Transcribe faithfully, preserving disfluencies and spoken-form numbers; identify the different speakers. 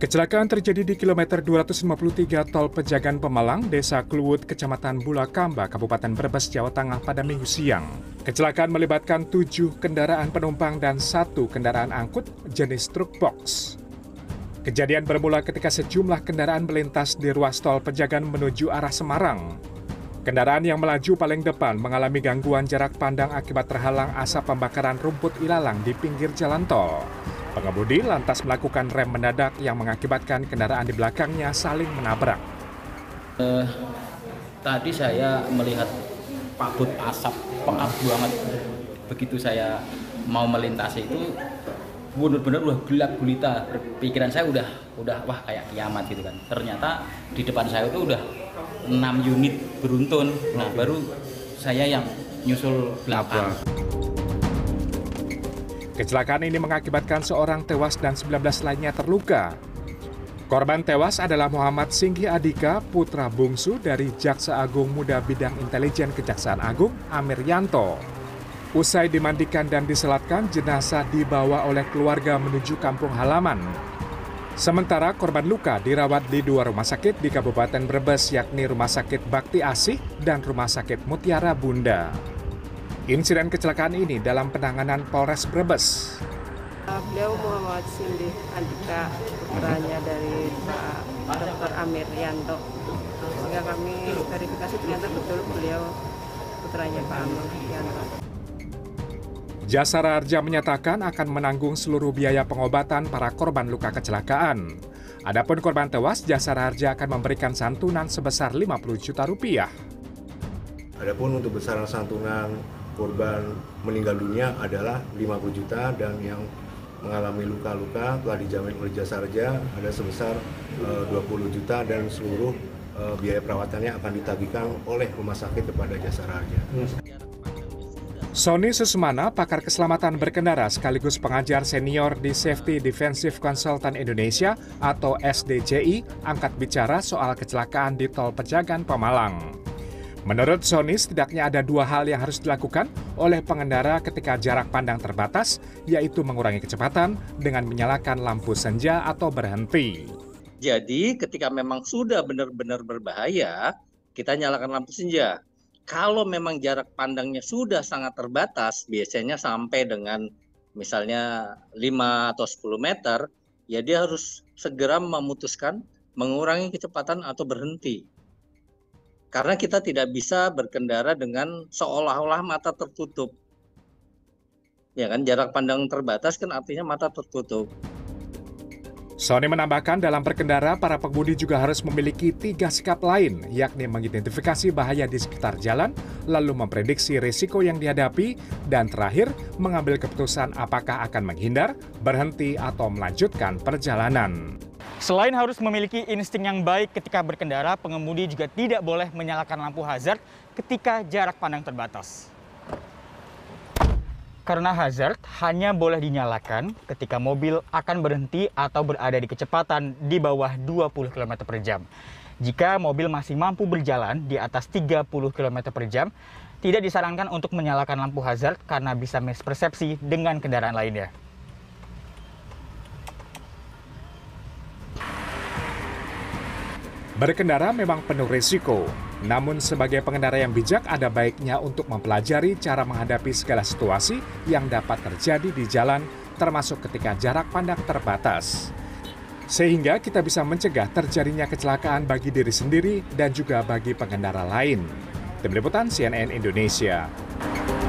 Speaker 1: Kecelakaan terjadi di kilometer dua ratus lima puluh tiga Tol Pejagan Pemalang, Desa Kluwut, Kecamatan Bulakamba, Kabupaten Brebes, Jawa Tengah pada Minggu siang. Kecelakaan melibatkan tujuh kendaraan penumpang dan satu kendaraan angkut jenis truk box. Kejadian bermula ketika sejumlah kendaraan melintas di ruas Tol Pejagan menuju arah Semarang. Kendaraan yang melaju paling depan mengalami gangguan jarak pandang akibat terhalang asap pembakaran rumput ilalang di pinggir jalan tol. Pengemudi lantas melakukan rem mendadak yang mengakibatkan kendaraan di belakangnya saling menabrak.
Speaker 2: Uh, tadi saya melihat kabut asap pekat banget. Begitu saya mau melintasi itu, benar-benar udah gelap gulita. Pikiran saya udah, udah wah kayak kiamat gitu kan. Ternyata di depan saya itu udah enam unit beruntun. Nah baru saya yang nyusul belakang.
Speaker 1: Kecelakaan ini mengakibatkan seorang tewas dan sembilan belas lainnya terluka. Korban tewas adalah Muhammad Singgi Adika, putra bungsu dari Jaksa Agung Muda Bidang Intelijen Kejaksaan Agung, Amir Yanto. Usai dimandikan dan diselatkan, jenazah dibawa oleh keluarga menuju kampung halaman. Sementara korban luka dirawat di dua rumah sakit di Kabupaten Brebes, yakni Rumah Sakit Bakti Asih dan Rumah Sakit Mutiara Bunda. Insiden kecelakaan ini dalam penanganan Polres Brebes.
Speaker 3: Beliau Muhammad Singgi Adika, putranya dari Pak Dokter Amir Yanto. Sehingga kami verifikasi ternyata betul beliau putranya Pak Amir Yanto.
Speaker 1: Jasara Harja menyatakan akan menanggung seluruh biaya pengobatan para korban luka kecelakaan. Adapun korban tewas, Jasara Harja akan memberikan santunan sebesar lima puluh juta rupiah.
Speaker 4: Adapun untuk besaran santunan korban meninggal dunia adalah lima puluh juta dan yang mengalami luka-luka telah dijamin oleh Jasara Harja ada sebesar uh, dua puluh juta dan seluruh uh, biaya perawatannya akan ditagihkan oleh rumah sakit kepada Jasara Harja.
Speaker 1: Sony Susmana, pakar keselamatan berkendara sekaligus pengajar senior di Safety Defensive Consultant Indonesia atau S D C I, angkat bicara soal kecelakaan di Tol Pejagan Pemalang. Menurut Sony, setidaknya ada dua hal yang harus dilakukan oleh pengendara ketika jarak pandang terbatas, yaitu mengurangi kecepatan dengan menyalakan lampu senja atau berhenti.
Speaker 5: Jadi ketika memang sudah benar-benar berbahaya, kita nyalakan lampu senja. Kalau memang jarak pandangnya sudah sangat terbatas, biasanya sampai dengan misalnya lima atau sepuluh meter, ya dia harus segera memutuskan mengurangi kecepatan atau berhenti. Karena kita tidak bisa berkendara dengan seolah-olah mata tertutup. Ya kan, jarak pandang terbatas kan artinya mata tertutup.
Speaker 1: Sony menambahkan dalam berkendara, para pengemudi juga harus memiliki tiga sikap lain, yakni mengidentifikasi bahaya di sekitar jalan, lalu memprediksi risiko yang dihadapi, dan terakhir mengambil keputusan apakah akan menghindar, berhenti, atau melanjutkan perjalanan.
Speaker 6: Selain harus memiliki insting yang baik ketika berkendara, pengemudi juga tidak boleh menyalakan lampu hazard ketika jarak pandang terbatas. Karena hazard hanya boleh dinyalakan ketika mobil akan berhenti atau berada di kecepatan di bawah dua puluh kilometer per jam. Jika mobil masih mampu berjalan di atas tiga puluh kilometer per jam, tidak disarankan untuk menyalakan lampu hazard karena bisa mispersepsi dengan kendaraan lainnya.
Speaker 1: Berkendara memang penuh risiko, namun sebagai pengendara yang bijak ada baiknya untuk mempelajari cara menghadapi segala situasi yang dapat terjadi di jalan, termasuk ketika jarak pandang terbatas. Sehingga kita bisa mencegah terjadinya kecelakaan bagi diri sendiri dan juga bagi pengendara lain. Tim Liputan C N N Indonesia.